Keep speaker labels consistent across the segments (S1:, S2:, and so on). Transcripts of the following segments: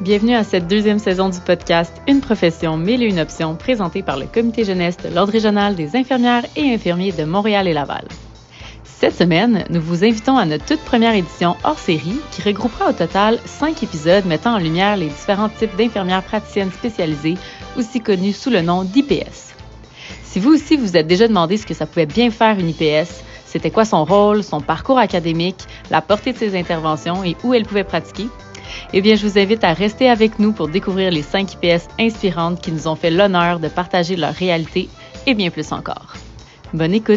S1: Bienvenue à cette deuxième saison du podcast Une profession, mille et une options, présentée par le Comité jeunesse de l'Ordre régional des infirmières et infirmiers de Montréal et Laval. Cette semaine, nous vous invitons à notre toute première édition hors série qui regroupera au total 5 épisodes mettant en lumière les différents types d'infirmières praticiennes spécialisées, aussi connues sous le nom d'IPS. Si vous aussi vous êtes déjà demandé ce que ça pouvait bien faire une IPS, c'était quoi son rôle, son parcours académique, la portée de ses interventions et où elle pouvait pratiquer, eh bien, je vous invite à rester avec nous pour découvrir les 5 IPS inspirantes qui nous ont fait l'honneur de partager leur réalité et bien plus encore. Bonne écoute!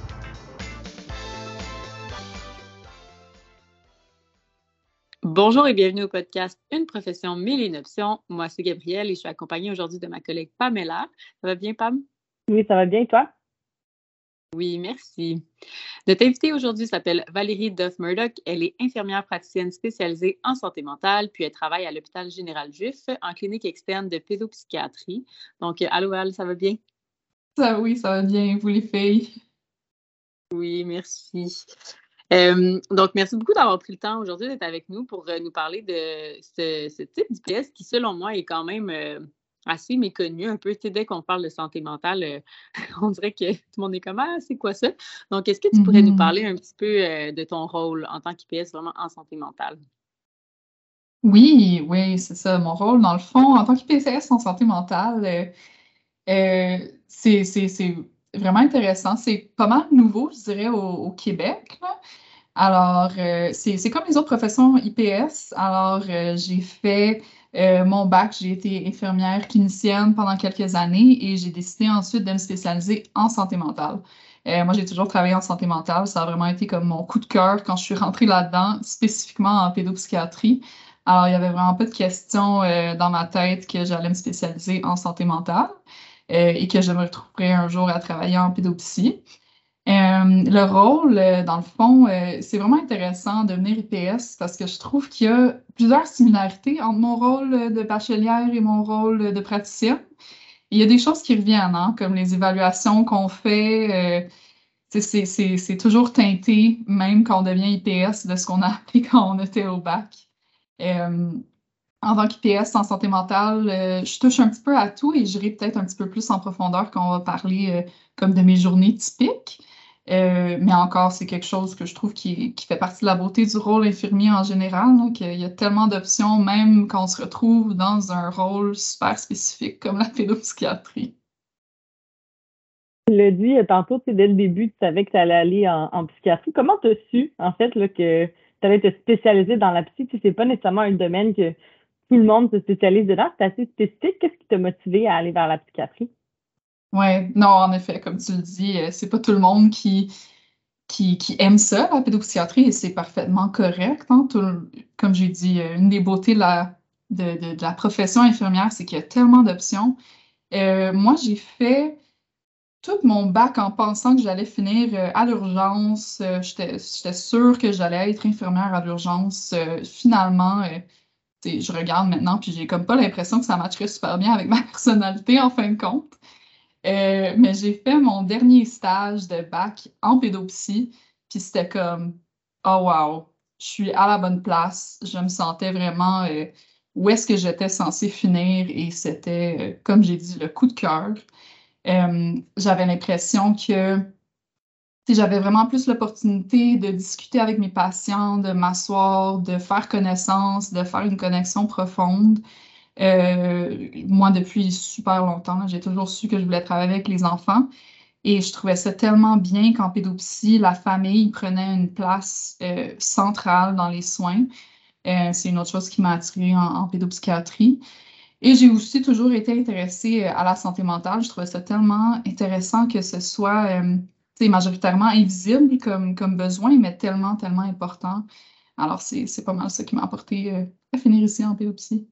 S1: Bonjour et bienvenue au podcast Une profession, mille et une options. Moi, c'est Gabrielle et je suis accompagnée aujourd'hui de ma collègue Pamela. Ça va bien, Pam?
S2: Oui, ça va bien, et toi?
S1: Oui, merci. Notre invitée aujourd'hui s'appelle Valérie Duff-Murdoch. Elle est infirmière praticienne spécialisée en santé mentale, puis elle travaille à l'hôpital général Juif en clinique externe de pédopsychiatrie. Donc, allô Val, ça va bien?
S3: Oui, ça va bien, vous les filles.
S1: Oui, merci. Donc, merci beaucoup d'avoir pris le temps aujourd'hui d'être avec nous pour nous parler de ce type d'IPS qui, selon moi, est quand même assez méconnu un peu. Tu sais, dès qu'on parle de santé mentale, on dirait que tout le monde est comme « Ah, c'est quoi ça? » Donc, est-ce que tu pourrais nous parler un petit peu de ton rôle en tant qu'IPS vraiment en santé mentale?
S3: Oui, c'est ça. Mon rôle, dans le fond, en tant qu'IPCS en santé mentale, c'est vraiment intéressant. C'est pas mal nouveau, je dirais, au Québec, là. Alors, c'est comme les autres professions IPS. Alors, j'ai fait mon bac, j'ai été infirmière clinicienne pendant quelques années et j'ai décidé ensuite de me spécialiser en santé mentale. Moi, j'ai toujours travaillé en santé mentale. Ça a vraiment été comme mon coup de cœur quand je suis rentrée là-dedans, spécifiquement en pédopsychiatrie. Alors, il n'y avait vraiment pas de question dans ma tête que j'allais me spécialiser en santé mentale et que je me retrouverais un jour à travailler en pédopsie. Le rôle, dans le fond, c'est vraiment intéressant de devenir IPS parce que je trouve qu'il y a plusieurs similarités entre mon rôle de bachelière et mon rôle de praticienne. Il y a des choses qui reviennent, hein, comme les évaluations qu'on fait. C'est toujours teinté, même quand on devient IPS, de ce qu'on a appris quand on était au bac. Euh, En tant qu'IPS en santé mentale, je touche un petit peu à tout et j'irai peut-être un petit peu plus en profondeur quand on va parler comme de mes journées typiques. Mais encore, c'est quelque chose que je trouve qui fait partie de la beauté du rôle infirmier en général, là, qu'il y a tellement d'options, même quand on se retrouve dans un rôle super spécifique comme la pédopsychiatrie.
S2: Tu l'as dit tantôt, dès le début, tu savais que tu allais aller en psychiatrie. Comment tu as su, en fait, là, que tu allais te spécialiser dans la psy? Tu sais, c'est pas nécessairement un domaine que tout le monde se spécialise dedans. C'est assez spécifique. Qu'est-ce qui t'a motivé à aller vers la psychiatrie?
S3: Ouais, non, en effet, comme tu le dis, c'est pas tout le monde qui aime ça, la pédopsychiatrie, et c'est parfaitement correct, hein. Comme j'ai dit, une des beautés de la profession infirmière, c'est qu'il y a tellement d'options. Moi, j'ai fait tout mon bac en pensant que j'allais finir à l'urgence. J'étais sûre que j'allais être infirmière à l'urgence. Finalement, je regarde maintenant, puis j'ai comme pas l'impression que ça matcherait super bien avec ma personnalité en fin de compte. Mais j'ai fait mon dernier stage de bac en pédopsie, puis c'était comme, oh wow, je suis à la bonne place. Je me sentais vraiment où est-ce que j'étais censée finir et c'était, comme j'ai dit, le coup de cœur. J'avais l'impression que j'avais vraiment plus l'opportunité de discuter avec mes patients, de m'asseoir, de faire connaissance, de faire une connexion profonde. Moi, depuis super longtemps, j'ai toujours su que je voulais travailler avec les enfants et je trouvais ça tellement bien qu'en pédopsie, la famille prenait une place centrale dans les soins. C'est une autre chose qui m'a attirée en pédopsychiatrie. Et j'ai aussi toujours été intéressée à la santé mentale. Je trouvais ça tellement intéressant que ce soit tu sais, majoritairement invisible comme besoin, mais tellement, tellement important. Alors, c'est pas mal ça qui m'a apporté à finir ici en pédopsie.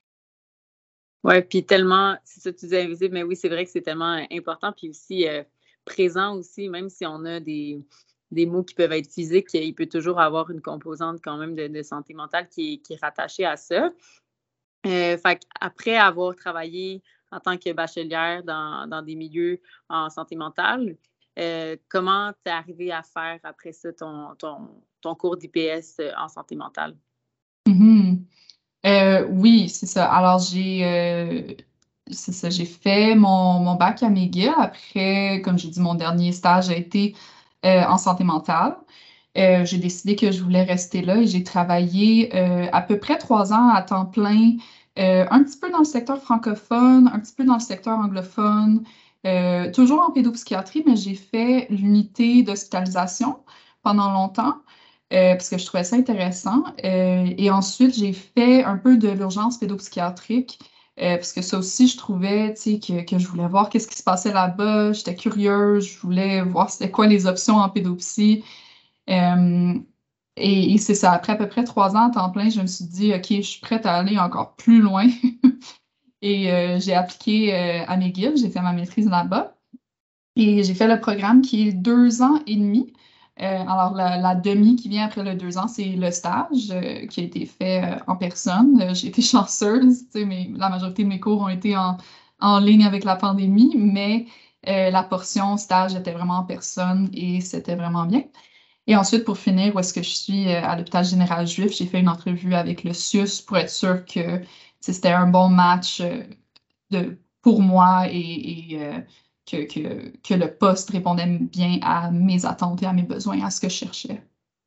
S1: Oui, puis tellement, c'est ça, tu disais invisible, mais oui, c'est vrai que c'est tellement important, puis aussi présent aussi, même si on a des mots qui peuvent être physiques, il peut toujours avoir une composante quand même de santé mentale qui est rattachée à ça. Fait après avoir travaillé en tant que bachelière dans des milieux en santé mentale, comment tu es arrivée à faire après ça ton cours d'IPS en santé mentale?
S3: Mhm. Oui, c'est ça. Alors, c'est ça, j'ai fait mon bac à McGill. Après, comme j'ai dit, mon dernier stage a été en santé mentale. J'ai décidé que je voulais rester là et j'ai travaillé à peu près 3 ans à temps plein, un petit peu dans le secteur francophone, un petit peu dans le secteur anglophone, toujours en pédopsychiatrie, mais j'ai fait l'unité d'hospitalisation pendant longtemps. Parce que je trouvais ça intéressant. Et ensuite, j'ai fait un peu de l'urgence pédopsychiatrique, parce que ça aussi, je trouvais, tu sais, que je voulais voir qu'est-ce qui se passait là-bas. J'étais curieuse, je voulais voir c'était quoi les options en pédopsie. Euh, et c'est ça, après à peu près 3 ans à temps plein, je me suis dit, OK, je suis prête à aller encore plus loin. Et j'ai appliqué à McGill, j'ai fait ma maîtrise là-bas. Et j'ai fait le programme qui est 2 ans et demi. Alors, la demi qui vient après le 2 ans, c'est le stage qui a été fait en personne. J'ai été chanceuse, tu sais, mais la majorité de mes cours ont été en ligne avec la pandémie, mais la portion stage était vraiment en personne et c'était vraiment bien. Et ensuite, pour finir, où est-ce que je suis à l'hôpital général juif, j'ai fait une entrevue avec le CIUS pour être sûre que tu sais, c'était un bon match pour moi et que le poste répondait bien à mes attentes et à mes besoins, à ce que je cherchais.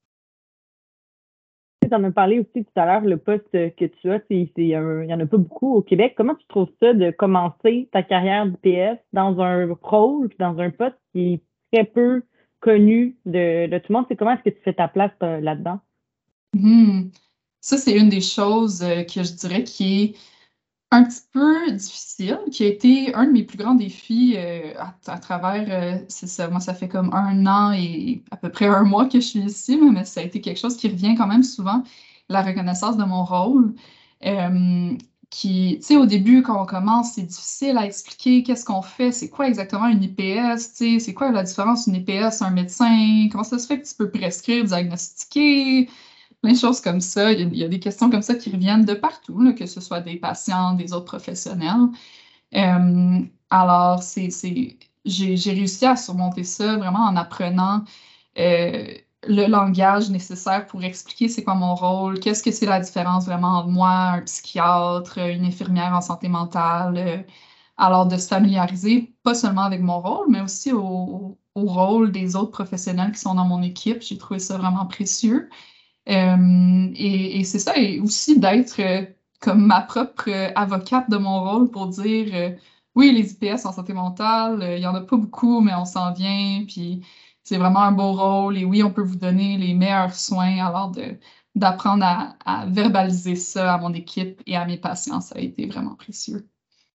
S2: Tu en as parlé aussi tout à l'heure, le poste que tu as, il y en a pas beaucoup au Québec. Comment tu trouves ça de commencer ta carrière d'IPS dans un rôle, puis dans un poste qui est très peu connu de tout le monde? C'est comment est-ce que tu fais ta place là-dedans?
S3: Hmm. Ça, c'est une des choses que je dirais qui est un petit peu difficile, qui a été un de mes plus grands défis à travers, c'est ça, moi ça fait comme 1 an et à peu près 1 mois que je suis ici, mais ça a été quelque chose qui revient quand même souvent, la reconnaissance de mon rôle. Euh, tu sais, au début, quand on commence, c'est difficile à expliquer qu'est-ce qu'on fait, c'est quoi exactement une IPS, tu sais, c'est quoi la différence d'une IPS, un médecin, comment ça se fait que tu peux prescrire, diagnostiquer, plein de choses comme ça. Il y a des questions comme ça qui reviennent de partout, là, que ce soit des patients, des autres professionnels. Euh, alors, j'ai réussi à surmonter ça vraiment en apprenant euh, le langage nécessaire pour expliquer c'est quoi mon rôle, qu'est-ce que c'est la différence vraiment entre moi, un psychiatre, une infirmière en santé mentale. Alors, de se familiariser pas seulement avec mon rôle, mais aussi au rôle des autres professionnels qui sont dans mon équipe. J'ai trouvé ça vraiment précieux. Et c'est ça, et aussi d'être comme ma propre avocate de mon rôle pour dire oui, les IPS en santé mentale, il y en a pas beaucoup, mais on s'en vient, puis c'est vraiment un beau rôle, et oui, on peut vous donner les meilleurs soins, alors d'apprendre à verbaliser ça à mon équipe et à mes patients, ça a été vraiment précieux.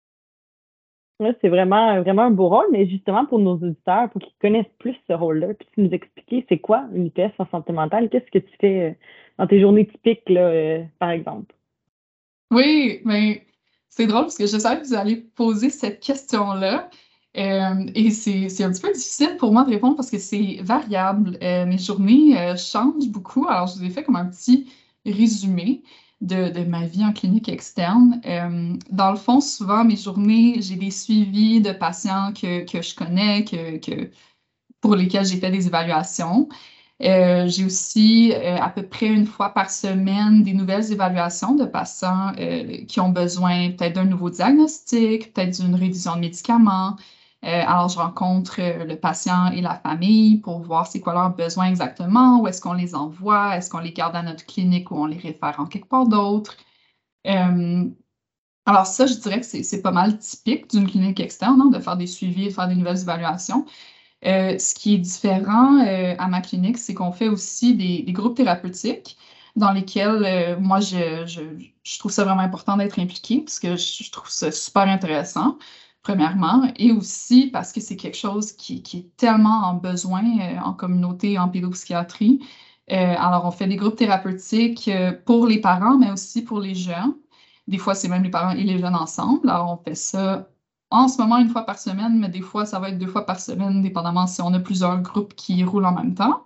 S2: Ouais, c'est vraiment un beau rôle, mais justement pour nos auditeurs, pour qu'ils connaissent plus ce rôle-là, puis tu nous expliquer c'est quoi une IPS en santé mentale, qu'est-ce que tu fais dans tes journées typiques, là, par exemple?
S3: Oui, mais c'est drôle parce que je savais que vous alliez poser cette question-là. Et c'est un petit peu difficile pour moi de répondre parce que c'est variable. Mes journées changent beaucoup. Alors, je vous ai fait comme un petit résumé de ma vie en clinique externe. Dans le fond, souvent, mes journées, j'ai des suivis de patients que je connais, pour lesquels j'ai fait des évaluations. J'ai aussi à peu près 1 fois par semaine des nouvelles évaluations de patients qui ont besoin peut-être d'un nouveau diagnostic, peut-être d'une révision de médicaments. Alors, je rencontre le patient et la famille pour voir c'est quoi leurs besoins exactement, où est-ce qu'on les envoie, est-ce qu'on les garde à notre clinique ou on les réfère en quelque part d'autre. Euh, alors ça, je dirais que c'est pas mal typique d'une clinique externe, hein, de faire des suivis et de faire des nouvelles évaluations. Ce qui est différent à ma clinique, c'est qu'on fait aussi des groupes thérapeutiques dans lesquels moi, je trouve ça vraiment important d'être impliquée parce que je trouve ça super intéressant, premièrement, et aussi parce que c'est quelque chose qui est tellement en besoin en communauté, en pédopsychiatrie. Alors, on fait des groupes thérapeutiques pour les parents, mais aussi pour les jeunes. Des fois, c'est même les parents et les jeunes ensemble. Alors, on fait ça en ce moment 1 fois par semaine, mais des fois, ça va être 2 fois par semaine, dépendamment si on a plusieurs groupes qui roulent en même temps.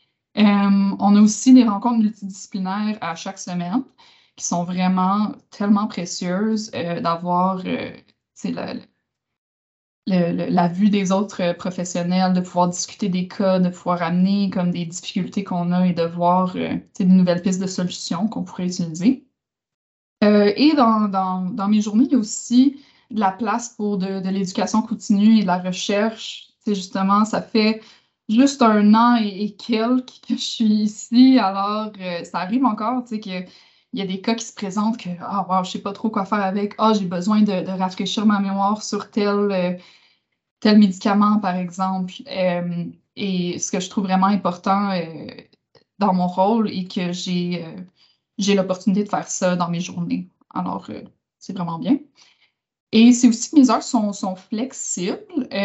S3: On a aussi des rencontres multidisciplinaires à chaque semaine qui sont vraiment tellement précieuses d'avoir tu sais, la vue des autres professionnels, de pouvoir discuter des cas, de pouvoir amener comme des difficultés qu'on a et de voir tu sais, des nouvelles pistes de solutions qu'on pourrait utiliser. Et dans mes journées, il y a aussi de la place pour de l'éducation continue et de la recherche. C'est justement, ça fait juste 1 an et quelques que je suis ici, alors ça arrive encore, tu sais, qu'il y a des cas qui se présentent que, ah, wow, je sais pas trop quoi faire avec, ah, j'ai besoin de rafraîchir ma mémoire sur tel médicament, par exemple. Et ce que je trouve vraiment important dans mon rôle est que j'ai l'opportunité de faire ça dans mes journées. Alors, c'est vraiment bien. Et c'est aussi que mes heures sont flexibles.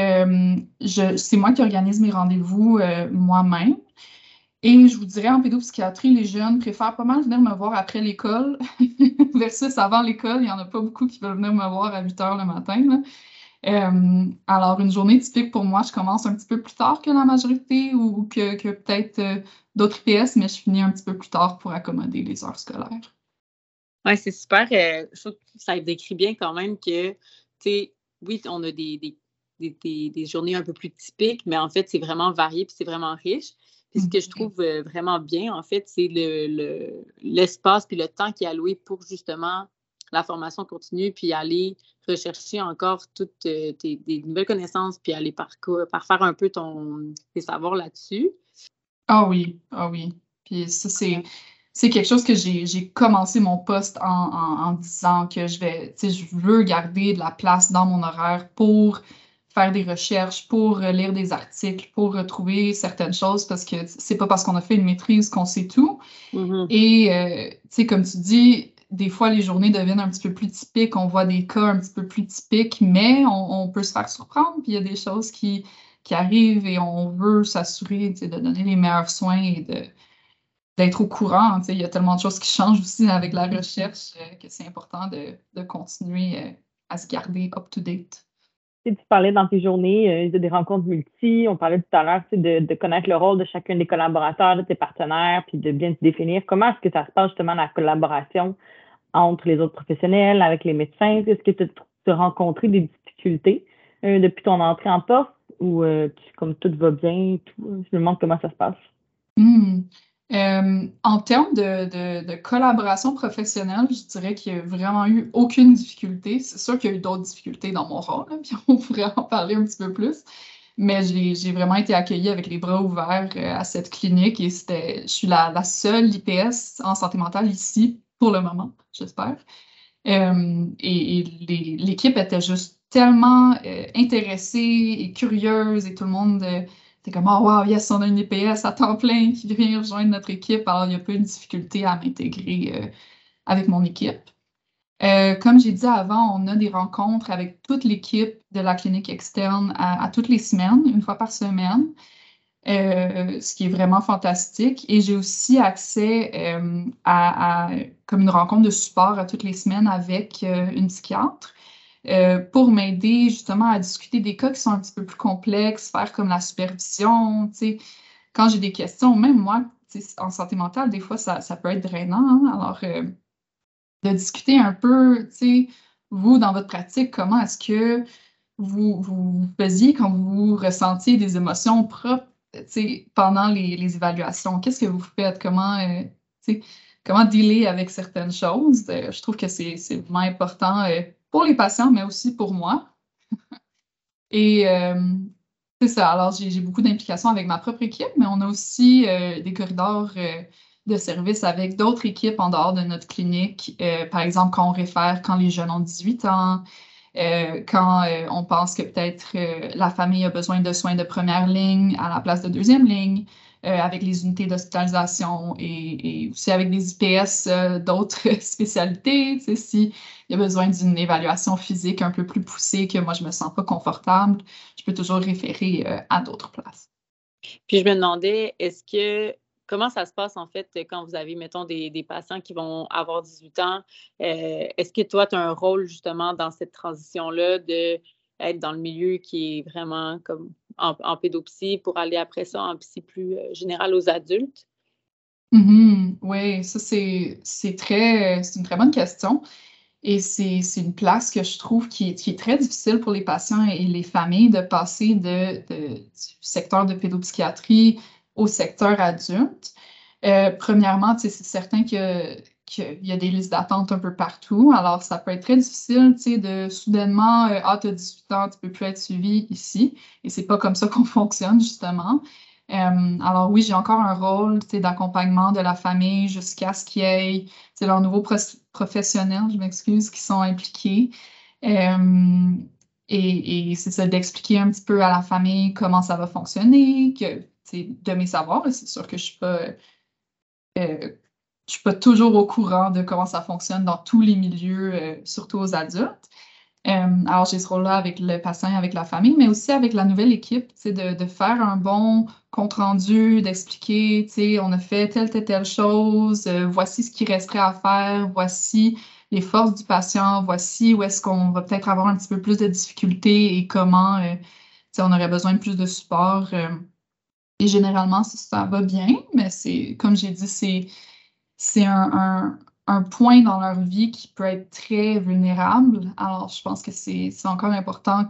S3: C'est moi qui organise mes rendez-vous moi-même. Et je vous dirais, en pédopsychiatrie, les jeunes préfèrent pas mal venir me voir après l'école versus avant l'école. Il n'y en a pas beaucoup qui veulent venir me voir à 8 heures le matin, là. Alors, une journée typique pour moi, je commence un petit peu plus tard que la majorité ou que peut-être d'autres IPS, mais je finis un petit peu plus tard pour accommoder les heures scolaires.
S1: Oui, c'est super. Je trouve que ça décrit bien quand même que, tu sais, oui, on a des journées un peu plus typiques, mais en fait, c'est vraiment varié puis c'est vraiment riche. Puis ce que je trouve vraiment bien, en fait, c'est l'espace puis le temps qui est alloué pour justement la formation continue puis aller rechercher encore toutes des nouvelles connaissances puis aller parfaire un peu tes savoirs là-dessus.
S3: Ah oui, ah oui. Puis ça, c'est quelque chose que j'ai commencé mon poste en disant que je veux garder de la place dans mon horaire pour faire des recherches, pour lire des articles, pour retrouver certaines choses, parce que c'est pas parce qu'on a fait une maîtrise qu'on sait tout.
S1: Mm-hmm.
S3: Et, tu sais, comme tu dis, des fois, les journées deviennent un petit peu plus typiques, on voit des cas un petit peu plus typiques, mais on peut se faire surprendre, puis il y a des choses qui arrivent et on veut s'assurer, tu sais, de donner les meilleurs soins et d'être au courant. Tu sais, il y a tellement de choses qui changent aussi avec la recherche que c'est important de continuer à se garder up-to-date.
S2: Tu parlais dans tes journées de des rencontres multi, on parlait tout à l'heure de connaître le rôle de chacun des collaborateurs, de tes partenaires, puis de bien se définir. Comment est-ce que ça se passe justement la collaboration entre les autres professionnels, avec les médecins? Est-ce que tu as rencontré des difficultés depuis ton entrée en poste ou comme tout va bien, tout, je me demande comment ça se passe?
S3: En termes de collaboration professionnelle, je dirais qu'il n'y a vraiment eu aucune difficulté. C'est sûr qu'il y a eu d'autres difficultés dans mon rôle, hein, puis on pourrait en parler un petit peu plus. Mais j'ai vraiment été accueillie avec les bras ouverts à cette clinique et je suis la seule IPS en santé mentale ici pour le moment, j'espère. Et l'équipe était juste tellement intéressée et curieuse et tout le monde était comme « Oh wow, yes, on a une IPS à temps plein qui vient rejoindre notre équipe. » Alors, il n'y a pas eu de difficulté à m'intégrer avec mon équipe. Comme j'ai dit avant, on a des rencontres avec toute l'équipe de la clinique externe à toutes les semaines, 1 fois par semaine, ce qui est vraiment fantastique. Et j'ai aussi accès à comme une rencontre de support à toutes les semaines avec une psychiatre pour m'aider justement à discuter des cas qui sont un petit peu plus complexes, faire comme la supervision, tu sais, quand j'ai des questions, même moi, tu sais, en santé mentale, des fois, ça peut être drainant, hein? Alors, de discuter un peu, tu sais, vous, dans votre pratique, comment est-ce que vous faisiez quand vous ressentiez des émotions propres, tu sais, pendant les évaluations? Qu'est-ce que vous faites? Tu sais, comment dealer avec certaines choses? Je trouve que c'est vraiment important pour les patients, mais aussi pour moi. Et c'est ça. Alors, j'ai beaucoup d'implications avec ma propre équipe, mais on a aussi des corridors de service avec d'autres équipes en dehors de notre clinique. Par exemple, quand on réfère quand les jeunes ont 18 ans, quand on pense que peut-être la famille a besoin de soins de première ligne à la place de deuxième ligne, avec les unités d'hospitalisation et aussi avec des IPS d'autres spécialités. Tu sais, s'il y a besoin d'une évaluation physique un peu plus poussée, que moi je me sens pas confortable, je peux toujours référer à d'autres places.
S1: Puis je me demandais, comment ça se passe en fait quand vous avez, mettons, des patients qui vont avoir 18 ans? Est-ce que toi, tu as un rôle justement dans cette transition-là d'être dans le milieu qui est vraiment comme en pédopsie pour aller après ça en psy plus générale aux adultes?
S3: Oui, ça c'est une très bonne question. Et c'est une place que je trouve qui est très difficile pour les patients et les familles de passer du secteur de pédopsychiatrie au secteur adulte. Premièrement, c'est certain que qu'il y a des listes d'attente un peu partout. Alors, ça peut être très difficile, tu sais, de soudainement, tu as 18 ans, tu peux plus être suivi ici. Et c'est pas comme ça qu'on fonctionne, justement. Alors oui, j'ai encore un rôle, tu sais, d'accompagnement de la famille jusqu'à ce qu'il y ait, c'est leurs nouveaux professionnels, je m'excuse, qui sont impliqués. Et c'est ça, d'expliquer un petit peu à la famille comment ça va fonctionner, que, c'est de mes savoirs, c'est sûr que je suis pas toujours au courant de comment ça fonctionne dans tous les milieux, surtout aux adultes. Alors, j'ai ce rôle-là avec le patient et avec la famille, mais aussi avec la nouvelle équipe, tu sais, de faire un bon compte-rendu, d'expliquer, tu sais, on a fait telle chose, voici ce qui resterait à faire, voici les forces du patient, voici où est-ce qu'on va peut-être avoir un petit peu plus de difficultés et comment, tu sais, on aurait besoin de plus de support. Et généralement, ça va bien, mais c'est, comme j'ai dit, c'est un point dans leur vie qui peut être très vulnérable. Alors, je pense que c'est encore important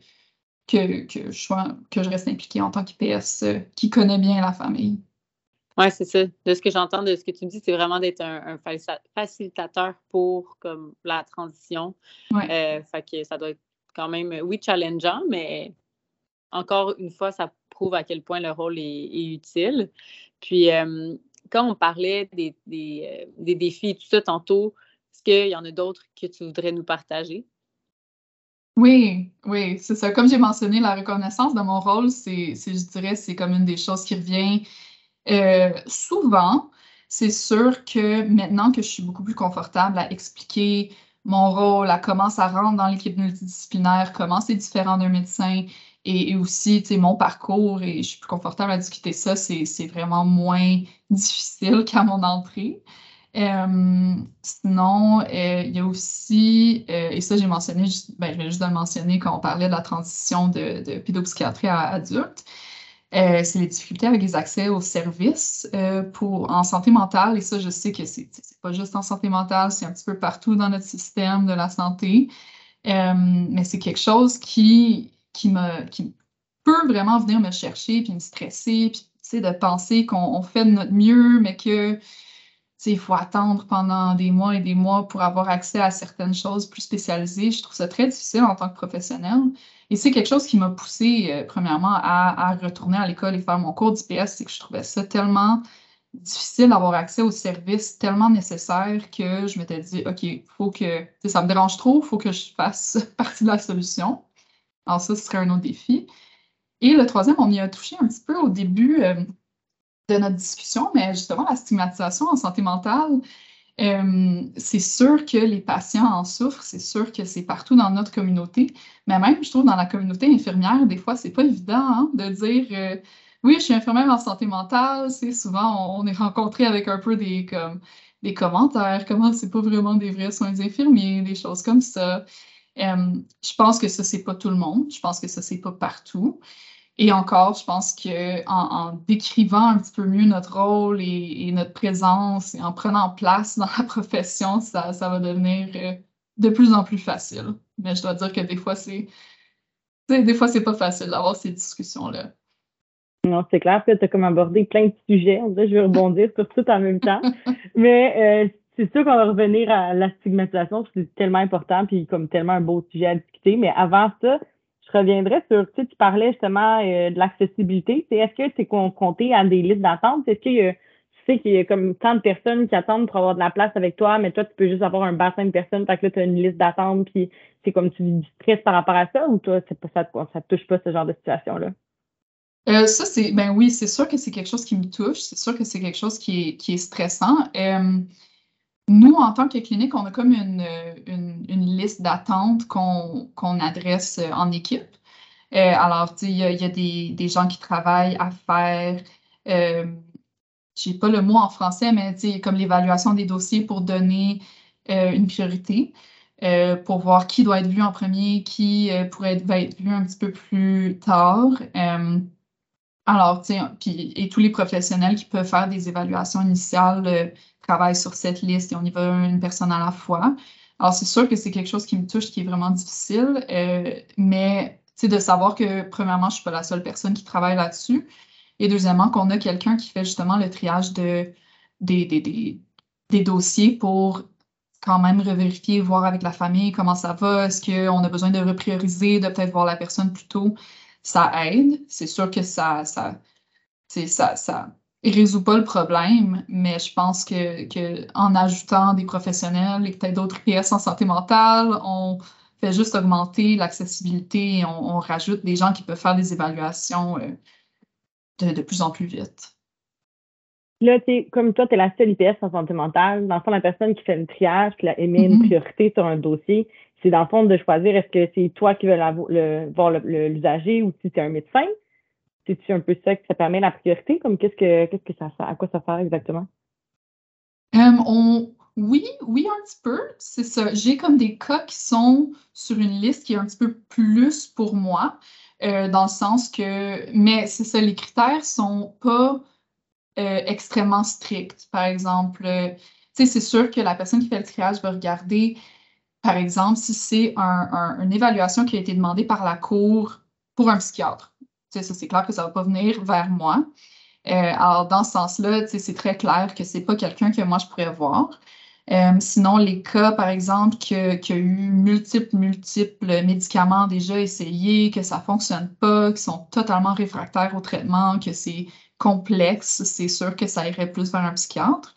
S3: que je reste impliquée en tant qu'IPS qui connaît bien la famille.
S1: Oui, c'est ça. De ce que j'entends, de ce que tu dis, c'est vraiment d'être un facilitateur pour comme, la transition.
S3: Ouais.
S1: Fait que ça doit être quand même, oui, challengeant, mais encore une fois, ça prouve à quel point le rôle est utile. Puis, quand on parlait des défis et tout ça tantôt, est-ce qu'il y en a d'autres que tu voudrais nous partager?
S3: Oui, c'est ça. Comme j'ai mentionné, la reconnaissance de mon rôle, je dirais, c'est comme une des choses qui revient souvent. C'est sûr que maintenant que je suis beaucoup plus confortable à expliquer mon rôle, à comment ça rentre dans l'équipe multidisciplinaire, comment c'est différent d'un médecin et aussi, tu sais, mon parcours et je suis plus confortable à discuter ça, c'est vraiment moins difficile qu'à mon entrée. Sinon, il y a aussi, et ça j'ai mentionné, je vais juste le mentionner quand on parlait de la transition de pédopsychiatrie à adulte, c'est les difficultés avec les accès aux services en santé mentale. Et ça, je sais que c'est pas juste en santé mentale, c'est un petit peu partout dans notre système de la santé. Mais c'est quelque chose qui peut vraiment venir me chercher, puis me stresser, puis de penser qu'on fait de notre mieux, mais que il faut attendre pendant des mois et des mois pour avoir accès à certaines choses plus spécialisées. Je trouve ça très difficile en tant que professionnel. Et c'est quelque chose qui m'a poussée, premièrement, à retourner à l'école et faire mon cours d'IPS, c'est que je trouvais ça tellement difficile d'avoir accès aux services tellement nécessaires que je m'étais dit, OK, faut que, ça me dérange trop, il faut que je fasse partie de la solution. Alors ça, ce serait un autre défi. Et le troisième, on y a touché un petit peu au début de notre discussion, mais justement, la stigmatisation en santé mentale, c'est sûr que les patients en souffrent, c'est sûr que c'est partout dans notre communauté, mais même, je trouve, dans la communauté infirmière, des fois, c'est pas évident hein, de dire oui, je suis infirmière en santé mentale, c'est souvent, on est rencontré avec un peu des commentaires, comment c'est pas vraiment des vrais soins infirmiers, des choses comme ça. Je pense que ça, c'est pas tout le monde, je pense que ça, c'est pas partout. Et encore, je pense qu'en décrivant un petit peu mieux notre rôle et notre présence et en prenant place dans la profession, ça va devenir de plus en plus facile. Mais je dois dire que des fois, c'est pas facile d'avoir ces discussions-là.
S2: Non, c'est clair. Puis tu as comme abordé plein de sujets. On dirait que je vais rebondir sur tout en même temps. Mais c'est sûr qu'on va revenir à la stigmatisation, parce que c'est tellement important, puis comme tellement un beau sujet à discuter. Mais avant ça, je reviendrai sur, tu parlais justement de l'accessibilité. Est-ce que tu es confronté à des listes d'attente? Est-ce que tu sais qu'il y a comme tant de personnes qui attendent pour avoir de la place avec toi, mais toi, tu peux juste avoir un bassin de personnes, fait que là, tu as une liste d'attente, puis c'est comme tu vis du stress par rapport à ça, ou toi, ça te touche pas ce genre de situation-là?
S3: Ça, ben oui, c'est sûr que c'est quelque chose qui me touche. C'est sûr que c'est quelque chose qui est stressant. Nous, en tant que clinique, on a comme une liste d'attente qu'on adresse en équipe. Alors, tu sais, il y a des gens qui travaillent à faire, j'ai pas le mot en français, mais tu sais, comme l'évaluation des dossiers pour donner une priorité, pour voir qui doit être vu en premier, qui va être vu un petit peu plus tard. Alors, tu sais, et tous les professionnels qui peuvent faire des évaluations initiales travaillent sur cette liste et on y va une personne à la fois. Alors, c'est sûr que c'est quelque chose qui me touche, qui est vraiment difficile, mais tu sais, de savoir que, premièrement, je ne suis pas la seule personne qui travaille là-dessus, et deuxièmement, qu'on a quelqu'un qui fait justement le triage des des dossiers pour quand même revérifier, voir avec la famille comment ça va, est-ce qu'on a besoin de reprioriser, de peut-être voir la personne plus tôt, ça aide. C'est sûr que ça résout pas le problème, mais je pense que en ajoutant des professionnels et peut-être d'autres IPS en santé mentale, on fait juste augmenter l'accessibilité et on rajoute des gens qui peuvent faire des évaluations de plus en plus vite.
S2: Là, comme toi, tu es la seule IPS en santé mentale. Dans le fond, la personne qui fait le triage, qui émet une priorité sur un dossier, c'est dans le fond de choisir est-ce que c'est toi qui veux voir l'usager ou si c'est un médecin. C'est-tu un peu ça que ça permet la priorité? Comme qu'est-ce que ça sert, à quoi ça sert exactement?
S3: Oui, un petit peu, c'est ça. J'ai comme des cas qui sont sur une liste qui est un petit peu plus pour moi, dans le sens que, mais c'est ça, les critères sont pas extrêmement stricts. Par exemple, tu sais, c'est sûr que la personne qui fait le triage va regarder, par exemple, si c'est une évaluation qui a été demandée par la cour pour un psychiatre. Tu sais, ça, c'est clair que ça va pas venir vers moi. Alors, dans ce sens-là, tu sais, c'est très clair que c'est pas quelqu'un que moi je pourrais voir. Sinon, les cas, par exemple, qu'il y a eu multiples médicaments déjà essayés, que ça fonctionne pas, qui sont totalement réfractaires au traitement, que c'est complexe, c'est sûr que ça irait plus vers un psychiatre.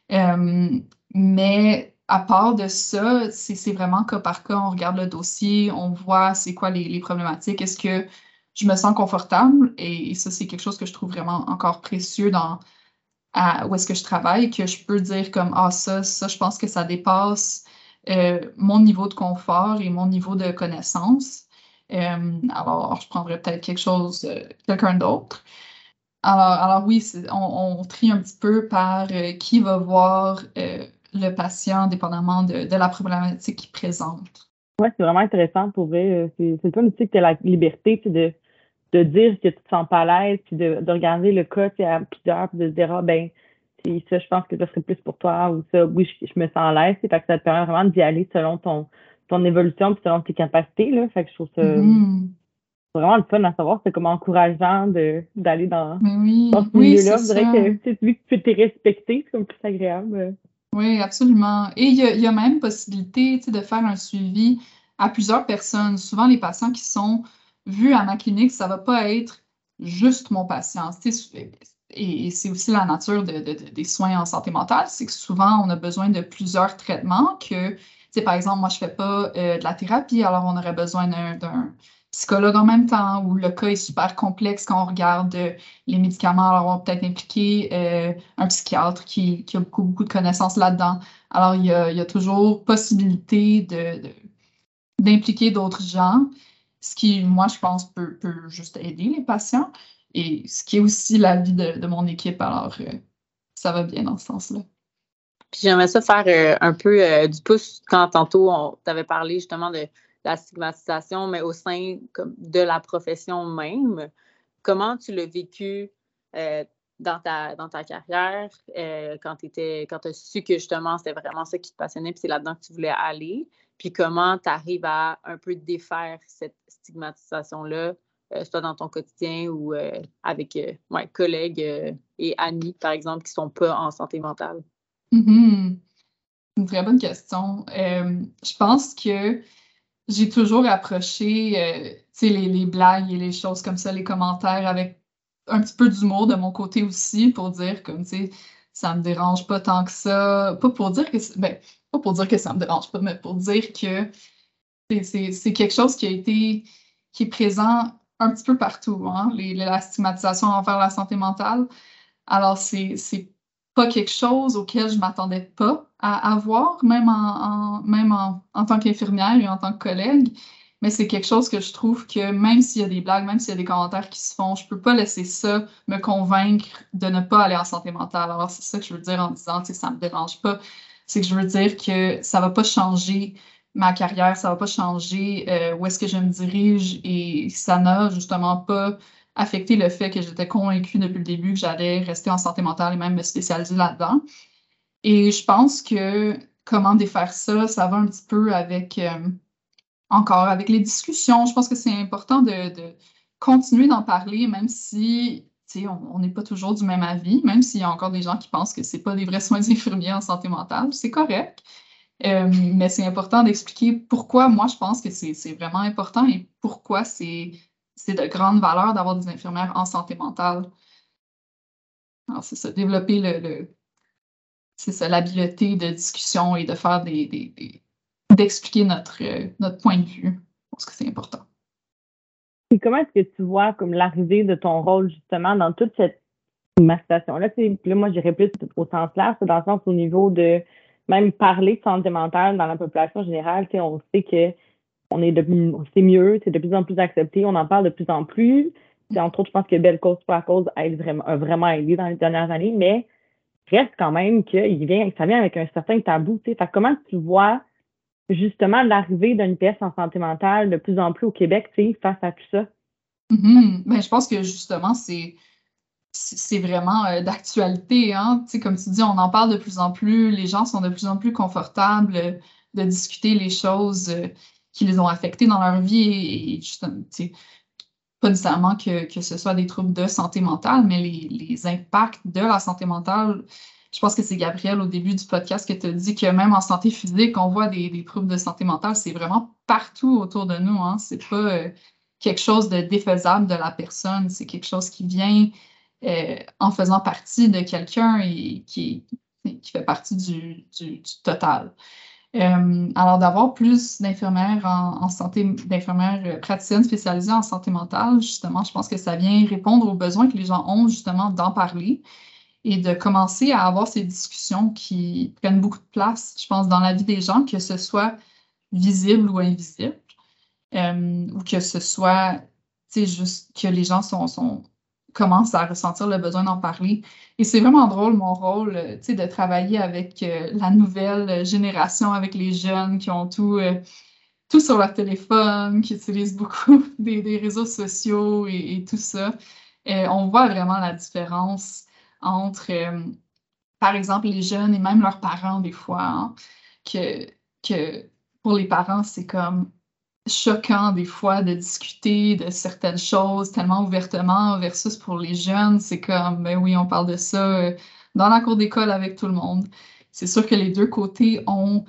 S3: Mais à part de ça, c'est vraiment cas par cas, on regarde le dossier, on voit c'est quoi les problématiques, est-ce que je me sens confortable, et ça, c'est quelque chose que je trouve vraiment encore précieux où est-ce que je travaille, que je peux dire comme, ah, ça, je pense que ça dépasse mon niveau de confort et mon niveau de connaissance. Alors, je prendrais peut-être quelqu'un d'autre. Alors oui, on trie un petit peu par qui va voir le patient, dépendamment de la problématique qu'il présente.
S2: Ouais, c'est vraiment intéressant pour vrai. C'est le fun aussi que tu as la liberté de dire que tu te sens pas à l'aise, puis de regarder le cas à plusieurs, puis de se dire, ah ben, ça, je pense que ça serait plus pour toi, ou ça, oui, je me sens à l'aise. Fait que ça te permet vraiment d'y aller selon ton évolution, puis selon tes capacités, là. Fait que je trouve ça vraiment le fun à savoir. C'est comme encourageant d'aller dans ce milieu-là. Je dirais que vu que tu t'es respecté, c'est comme plus agréable.
S3: Oui, absolument. Et il y a même possibilité, tu sais, de faire un suivi à plusieurs personnes. Souvent, les patients qui sont vus à ma clinique, ça va pas être juste mon patient. Et c'est aussi la nature des soins en santé mentale, c'est que souvent, on a besoin de plusieurs traitements que, tu sais, par exemple, moi, je fais pas de la thérapie, alors on aurait besoin d'un psychologue en même temps, où le cas est super complexe quand on regarde les médicaments, alors on va peut-être impliquer un psychiatre qui a beaucoup de connaissances là-dedans. Alors, il y a toujours possibilité d'impliquer d'autres gens, ce qui, moi, je pense, peut juste aider les patients, et ce qui est aussi l'avis de mon équipe. Alors, ça va bien dans ce sens-là.
S1: Puis j'aimerais ça faire un peu du pouce quand tantôt on t'avait parlé justement de la stigmatisation, mais au sein de la profession même. Comment tu l'as vécu dans ta carrière quand tu as su que justement c'était vraiment ça qui te passionnait puis c'est là-dedans que tu voulais aller? Puis comment tu arrives à un peu défaire cette stigmatisation-là, soit dans ton quotidien ou avec collègues et amis, par exemple, qui ne sont pas en santé mentale?
S3: Une très bonne question. Je pense que j'ai toujours approché les blagues et les choses comme ça, les commentaires, avec un petit peu d'humour de mon côté aussi, pour dire comme, tu sais, ça me dérange pas tant que ça. Pas pour dire pas pour dire que ça me dérange pas, mais pour dire que c'est quelque chose qui est présent un petit peu partout, hein, la stigmatisation envers la santé mentale. Alors, c'est pas quelque chose auquel je m'attendais pas à voir, même en tant qu'infirmière et en tant que collègue. Mais c'est quelque chose que je trouve que même s'il y a des blagues, même s'il y a des commentaires qui se font, je peux pas laisser ça me convaincre de ne pas aller en santé mentale. Alors, c'est ça que je veux dire en disant, tu sais, ça me dérange pas. C'est que je veux dire que ça va pas changer ma carrière, ça va pas changer où est-ce que je me dirige, et ça n'a justement pas affecté le fait que j'étais convaincue depuis le début que j'allais rester en santé mentale et même me spécialiser là-dedans. Et je pense que comment défaire ça, ça va un petit peu encore avec les discussions. Je pense que c'est important de continuer d'en parler, même si on n'est pas toujours du même avis, même s'il y a encore des gens qui pensent que c'est pas des vrais soins infirmiers en santé mentale, c'est correct. Mais c'est important d'expliquer pourquoi moi je pense que c'est vraiment important et pourquoi c'est de grande valeur d'avoir des infirmières en santé mentale. Alors, c'est ça, développer c'est ça, l'habileté de discussion et de faire d'expliquer notre point de vue. Je pense que c'est important.
S2: Et comment est-ce que tu vois comme l'arrivée de ton rôle justement dans toute cette stigmatisation-là? Puis là, moi, j'irais plus au sens large, dans le sens au niveau de même parler de santé mentale dans la population générale. On sait que c'est mieux, c'est de plus en plus accepté, on en parle de plus en plus. Entre autres, je pense que Belle Cause pour la cause a vraiment aidé dans les dernières années, mais reste quand même que ça vient avec un certain tabou. Fait comment tu vois justement l'arrivée d'une pièce en santé mentale de plus en plus au Québec face à tout ça?
S3: Ben, je pense que justement, c'est vraiment d'actualité. Hein? Comme tu dis, on en parle de plus en plus, les gens sont de plus en plus confortables de discuter les choses qui les ont affectés dans leur vie et justement, pas nécessairement que ce soit des troubles de santé mentale, mais les impacts de la santé mentale. Je pense que c'est Gabrielle au début du podcast qui t'a dit que même en santé physique, on voit des troubles de santé mentale. C'est vraiment partout autour de nous. Hein? C'est pas quelque chose de défaisable de la personne. C'est quelque chose qui vient en faisant partie de quelqu'un et qui fait partie du total. Alors, d'avoir plus d'infirmières en santé, d'infirmières praticiennes spécialisées en santé mentale, justement, je pense que ça vient répondre aux besoins que les gens ont, justement, d'en parler et de commencer à avoir ces discussions qui prennent beaucoup de place, je pense, dans la vie des gens, que ce soit visible ou invisible, ou que ce soit, juste que les gens commencent à ressentir le besoin d'en parler. Et c'est vraiment drôle, mon rôle, de travailler avec la nouvelle génération, avec les jeunes qui ont tout sur leur téléphone, qui utilisent beaucoup des réseaux sociaux et tout ça. On voit vraiment la différence entre, par exemple, les jeunes et même leurs parents, des fois, hein, que pour les parents, c'est comme choquant des fois de discuter de certaines choses tellement ouvertement versus pour les jeunes, c'est comme, ben oui, on parle de ça dans la cour d'école avec tout le monde. C'est sûr que les deux côtés ont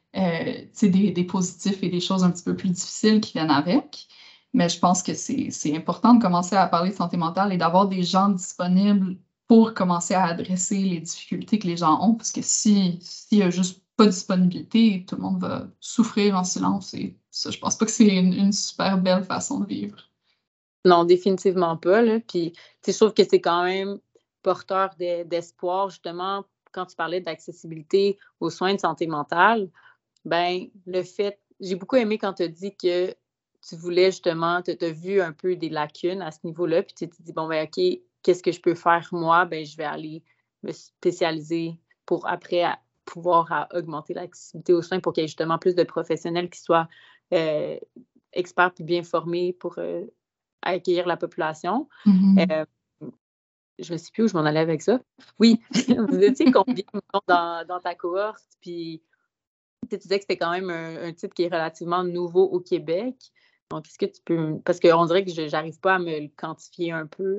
S3: des positifs et des choses un petit peu plus difficiles qui viennent avec, mais je pense que c'est important de commencer à parler de santé mentale et d'avoir des gens disponibles pour commencer à adresser les difficultés que les gens ont, parce que s'il y a juste pas de disponibilité, tout le monde va souffrir en silence et ça, je pense pas que c'est une super belle façon de vivre.
S1: Non, définitivement pas. Là. Puis, je trouve que c'est quand même porteur d'espoir, justement, quand tu parlais d'accessibilité aux soins de santé mentale. Ben, j'ai beaucoup aimé quand tu as dit que tu voulais justement, tu as vu un peu des lacunes à ce niveau-là, puis tu t'es dit, bon, ben, OK, qu'est-ce que je peux faire moi? Ben, je vais aller me spécialiser pour après pouvoir augmenter l'accessibilité aux soins pour qu'il y ait justement plus de professionnels qui soient experts et bien formés pour accueillir la population.
S3: Mm-hmm.
S1: Je ne sais plus où je m'en allais avec ça. Oui, vous étiez combien dans ta cohorte, puis tu disais que c'était quand même un titre qui est relativement nouveau au Québec. Donc, est-ce que tu peux... Parce qu'on dirait que je n'arrive pas à me le quantifier un peu.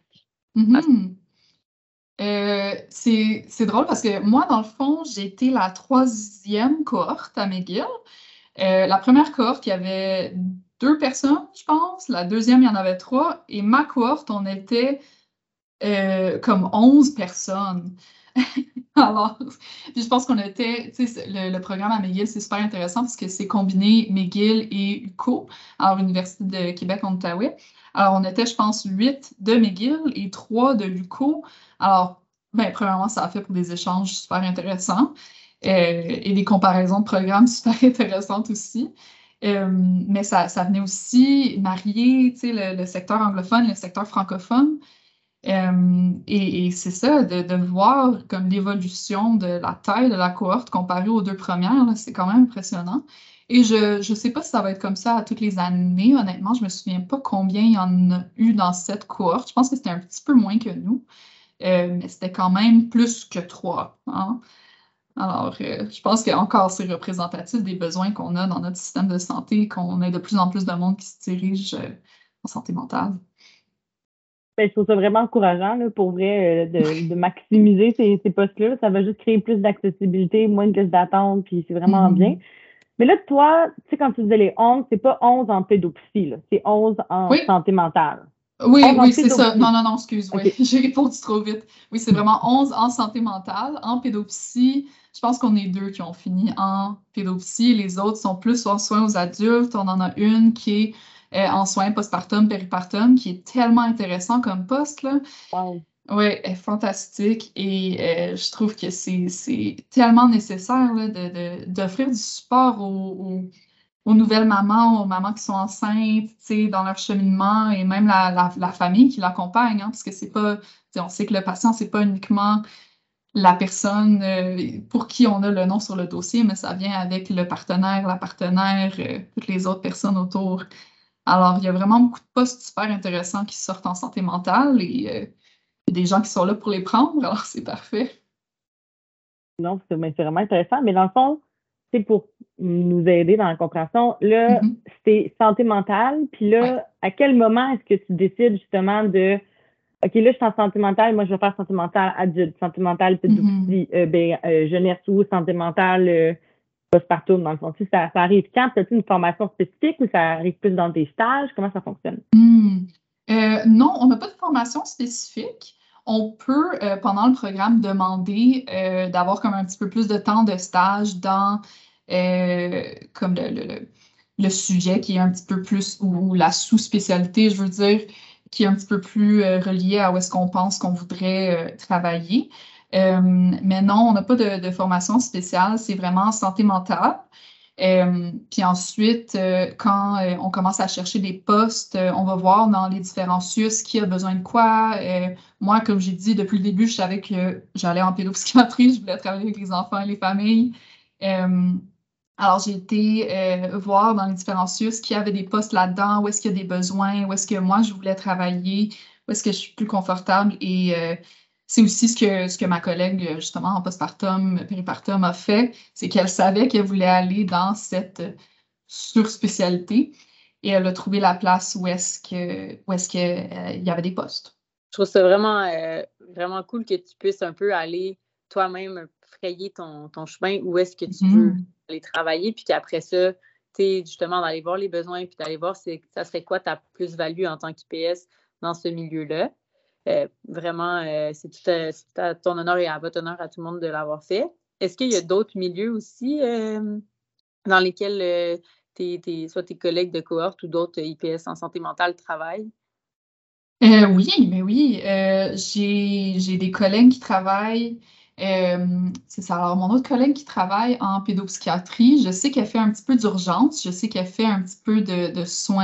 S3: C'est drôle parce que moi, dans le fond, j'ai été la 3e cohorte à McGill. La première cohorte, il y avait 2 personnes, je pense. La deuxième, il y en avait 3. Et ma cohorte, on était comme 11 personnes. Alors, puis je pense qu'on était, tu sais, le programme à McGill, c'est super intéressant parce que c'est combiné McGill et UQO, alors l'Université de Québec en Outaouais. Alors, on était, je pense, 8 de McGill et 3 de l'UQO. Alors, ben, premièrement, ça a fait pour des échanges super intéressants et des comparaisons de programmes super intéressantes aussi. Mais ça venait aussi marier, tu sais, le secteur anglophone, le secteur francophone. Et c'est ça, de voir comme l'évolution de la taille de la cohorte comparée aux 2 premières, là, c'est quand même impressionnant. Et je ne sais pas si ça va être comme ça à toutes les années, honnêtement, je me souviens pas combien il y en a eu dans cette cohorte. Je pense que c'était un petit peu moins que nous, mais c'était quand même plus que 3. Hein? Alors, je pense qu'encore c'est représentatif des besoins qu'on a dans notre système de santé, qu'on ait de plus en plus de monde qui se dirige en santé mentale.
S2: Ben, je trouve ça vraiment encourageant, là, pour vrai, de maximiser ces postes-là. Ça va juste créer plus d'accessibilité, moins de liste d'attente, puis c'est vraiment bien.
S3: Mhm.
S2: Mais là, toi, tu sais, quand tu disais les 11, c'est pas 11 en pédopsie, là. C'est 11 en
S3: Oui,
S2: santé mentale.
S3: oui,
S2: 11 en
S3: oui, c'est ça. Non,
S2: pédopsie.
S3: non, non, excuse, oui,
S2: OK.
S3: j'ai répondu trop vite. Oui, c'est vraiment 11 en santé mentale. En pédopsie, je pense qu'on est deux qui ont fini en pédopsie. Les autres sont plus en soins aux adultes. On en a une qui est en soins postpartum, péripartum, qui est tellement intéressant comme poste, là.
S2: Wow.
S3: Oui, elle est fantastique et je trouve que c'est tellement nécessaire là, d'offrir du support aux nouvelles mamans, aux mamans qui sont enceintes, tu sais, dans leur cheminement et même la famille qui l'accompagne, hein, parce que c'est pas, tu sais, on sait que le patient, c'est pas uniquement la personne pour qui on a le nom sur le dossier, mais ça vient avec le partenaire, la partenaire, toutes les autres personnes autour. Alors, il y a vraiment beaucoup de postes super intéressants qui sortent en santé mentale et il y a des gens qui sont là pour les prendre, alors c'est parfait.
S2: Non, mais c'est vraiment intéressant. Mais dans le fond, c'est pour nous aider dans la compréhension. Là,
S3: Mhm.
S2: c'est santé mentale. Puis
S3: Ouais.
S2: là, à quel moment est-ce que tu décides justement de OK, là, je suis en santé mentale, moi, je vais faire santé mentale adulte, santé mentale
S3: Mhm.
S2: pédopsie, jeunesse ou santé mentale postpartum, dans le fond. Tu sais, ça arrive quand? As-tu une formation spécifique ou ça arrive plus dans tes stages? Comment ça fonctionne?
S3: Hmm. Non, on n'a pas de formation spécifique. On peut, pendant le programme, demander d'avoir comme un petit peu plus de temps de stage dans comme le sujet qui est un petit peu plus, ou la sous-spécialité, je veux dire, qui est un petit peu plus relié à où est-ce qu'on pense qu'on voudrait travailler. Mais non, on n'a pas de formation spéciale, c'est vraiment santé mentale. Puis ensuite, quand on commence à chercher des postes, on va voir dans les différents CIUS qui a besoin de quoi. Moi, comme j'ai dit depuis le début, je savais que j'allais en pédopsychiatrie, je voulais travailler avec les enfants et les familles. Euh, alors, j'ai été voir dans les différents CIUS qui avait des postes là-dedans, où est-ce qu'il y a des besoins, où est-ce que moi je voulais travailler, où est-ce que je suis plus confortable. Et c'est aussi ce que ma collègue, justement, en postpartum, péripartum, a fait, c'est qu'elle savait qu'elle voulait aller dans cette surspécialité et elle a trouvé la place où est-ce que, il y avait des postes.
S1: Je trouve ça vraiment cool que tu puisses un peu aller toi-même frayer ton chemin où est-ce que tu veux
S3: Mhm.
S1: aller travailler, puis qu'après ça, tu sais, justement, d'aller voir les besoins, puis d'aller voir ça serait quoi ta plus-value en tant qu'IPS dans ce milieu-là. Vraiment, c'est tout à ton honneur et à votre honneur à tout le monde de l'avoir fait. Est-ce qu'il y a d'autres milieux aussi dans lesquels soit tes collègues de cohorte ou d'autres IPS en santé mentale travaillent?
S3: Oui, mais oui, j'ai des collègues qui travaillent, c'est ça. Alors, mon autre collègue qui travaille en pédopsychiatrie, je sais qu'elle fait un petit peu d'urgence, je sais qu'elle fait un petit peu de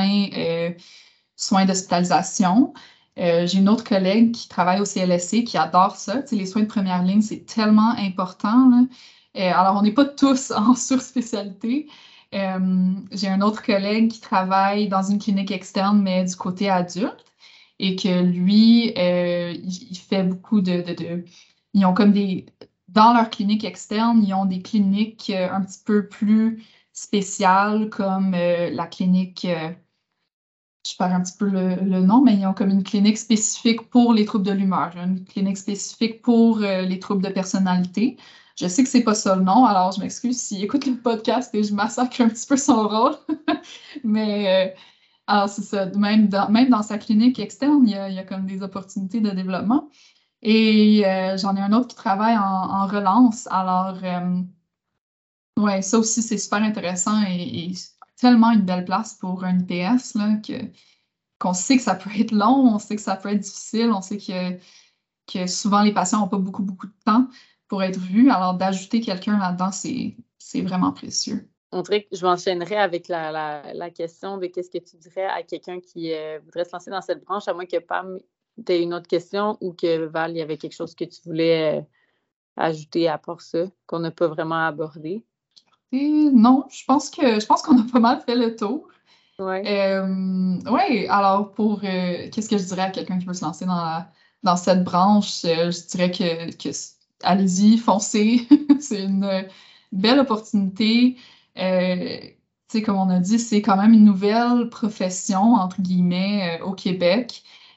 S3: soins d'hospitalisation. J'ai une autre collègue qui travaille au CLSC qui adore ça. Tu sais, les soins de première ligne, c'est tellement important, là. Alors, on n'est pas tous en surspécialité. J'ai un autre collègue qui travaille dans une clinique externe, mais du côté adulte, et que lui, il fait beaucoup Ils ont comme des... Dans leur clinique externe, ils ont des cliniques un petit peu plus spéciales, comme la clinique... je perds un petit peu le nom, mais ils ont comme une clinique spécifique pour les troubles de l'humeur, une clinique spécifique pour les troubles de personnalité. Je sais que c'est pas ça le nom, alors je m'excuse s'il écoute le podcast et je massacre un petit peu son rôle. Mais alors c'est ça, même dans sa clinique externe, il y a comme des opportunités de développement. Et j'en ai un autre qui travaille en relance. Alors, ouais, ça aussi, c'est super intéressant et tellement une belle place pour un IPS, là, qu'on sait que ça peut être long, on sait que ça peut être difficile, on sait que souvent les patients n'ont pas beaucoup, beaucoup de temps pour être vus. Alors, d'ajouter quelqu'un là-dedans, c'est vraiment précieux.
S1: On dirait que je m'enchaînerais avec la question de qu'est-ce que tu dirais à quelqu'un qui voudrait se lancer dans cette branche, à moins que Pam, tu aies une autre question ou que Val, il y avait quelque chose que tu voulais ajouter à part ça, qu'on n'a pas vraiment abordé.
S3: Et non, je pense qu'on a pas mal fait le tour.
S1: Ouais.
S3: Oui, alors qu'est-ce que je dirais à quelqu'un qui veut se lancer dans cette branche? Je dirais que allez-y, foncez. C'est une belle opportunité. Tu sais, comme on a dit, c'est quand même une nouvelle profession, entre guillemets, au Québec.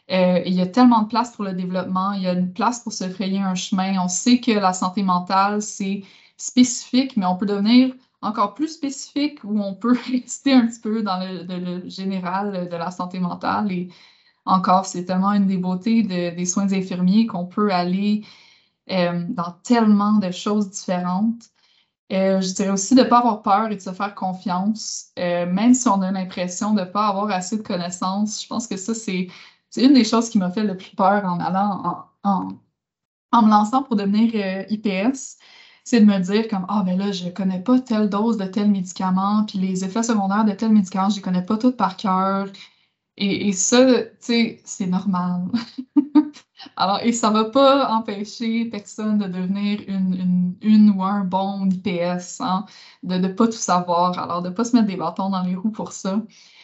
S3: Il y a tellement de place pour le développement, il y a une place pour se frayer un chemin. On sait que la santé mentale, c'est spécifique, mais on peut devenir encore plus spécifique où on peut rester un petit peu dans le général de la santé mentale. Et encore, c'est tellement une des beautés des soins infirmiers qu'on peut aller dans tellement de choses différentes. Je dirais aussi de ne pas avoir peur et de se faire confiance, même si on a l'impression de ne pas avoir assez de connaissances. Je pense que ça, c'est une des choses qui m'a fait le plus peur en allant en me lançant pour devenir IPS. C'est de me dire comme, ah ben là, je connais pas telle dose de tel médicament, puis les effets secondaires de tel médicament, je les connais pas toutes par cœur. Et ça, tu sais, c'est normal. Alors, et ça va pas empêcher personne de devenir une ou un bon IPS, hein, de ne pas tout savoir. Alors, de pas se mettre des bâtons dans les roues pour ça.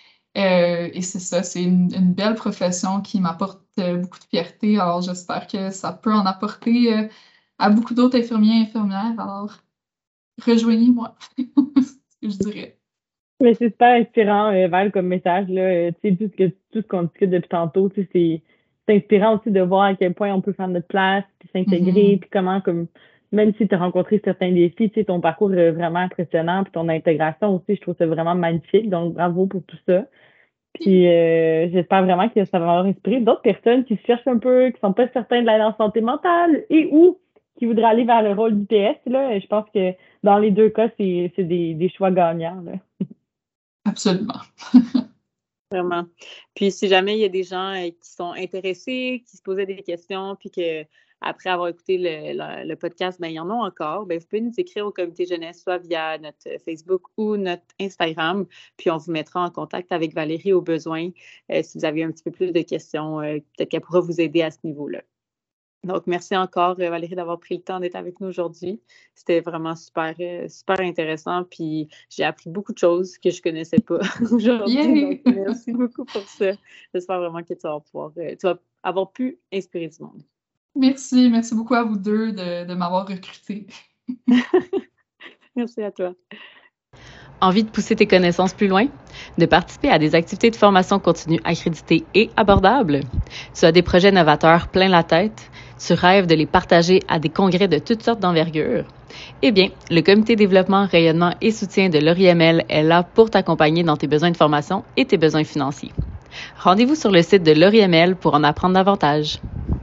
S3: Et c'est ça, c'est une belle profession qui m'apporte beaucoup de fierté. Alors, j'espère que ça peut en apporter à beaucoup d'autres infirmiers et infirmières. Alors, rejoignez-moi, c'est ce que je dirais.
S2: Mais c'est super inspirant, Val, comme message, là. Tu sais, tout ce qu'on discute depuis tantôt, tu sais, c'est inspirant aussi de voir à quel point on peut faire notre place, puis s'intégrer, puis comment, comme, même si tu as rencontré certains défis, tu sais, ton parcours est vraiment impressionnant, puis ton intégration aussi, je trouve ça vraiment magnifique. Donc, bravo pour tout ça. Puis, j'espère vraiment que ça va inspirer d'autres personnes qui se cherchent un peu, qui sont pas certains de la santé mentale et ou qui voudraient aller vers le rôle d'IPS, là. Je pense que dans les deux cas, c'est des choix gagnants, là.
S3: Absolument.
S1: Vraiment. Puis si jamais il y a des gens qui sont intéressés, qui se posaient des questions, puis que après avoir écouté le podcast, ben, ils en ont encore, ben, vous pouvez nous écrire au comité jeunesse, soit via notre Facebook ou notre Instagram, puis on vous mettra en contact avec Valérie au besoin si vous avez un petit peu plus de questions. Peut-être qu'elle pourra vous aider à ce niveau-là. Donc, merci encore, Valérie, d'avoir pris le temps d'être avec nous aujourd'hui. C'était vraiment super, super intéressant. Puis, j'ai appris beaucoup de choses que je ne connaissais pas aujourd'hui. Donc, merci beaucoup pour ça. J'espère vraiment que tu vas avoir pu inspirer du monde.
S3: Merci beaucoup à vous deux de m'avoir recruté.
S1: Merci à toi. Envie de pousser tes connaissances plus loin? De participer à des activités de formation continue accréditées et abordables? Tu as des projets novateurs plein la tête? Tu rêves de les partager à des congrès de toutes sortes d'envergure? Eh bien, le Comité développement, rayonnement et soutien de l'ORIML est là pour t'accompagner dans tes besoins de formation et tes besoins financiers. Rendez-vous sur le site de l'ORIML pour en apprendre davantage.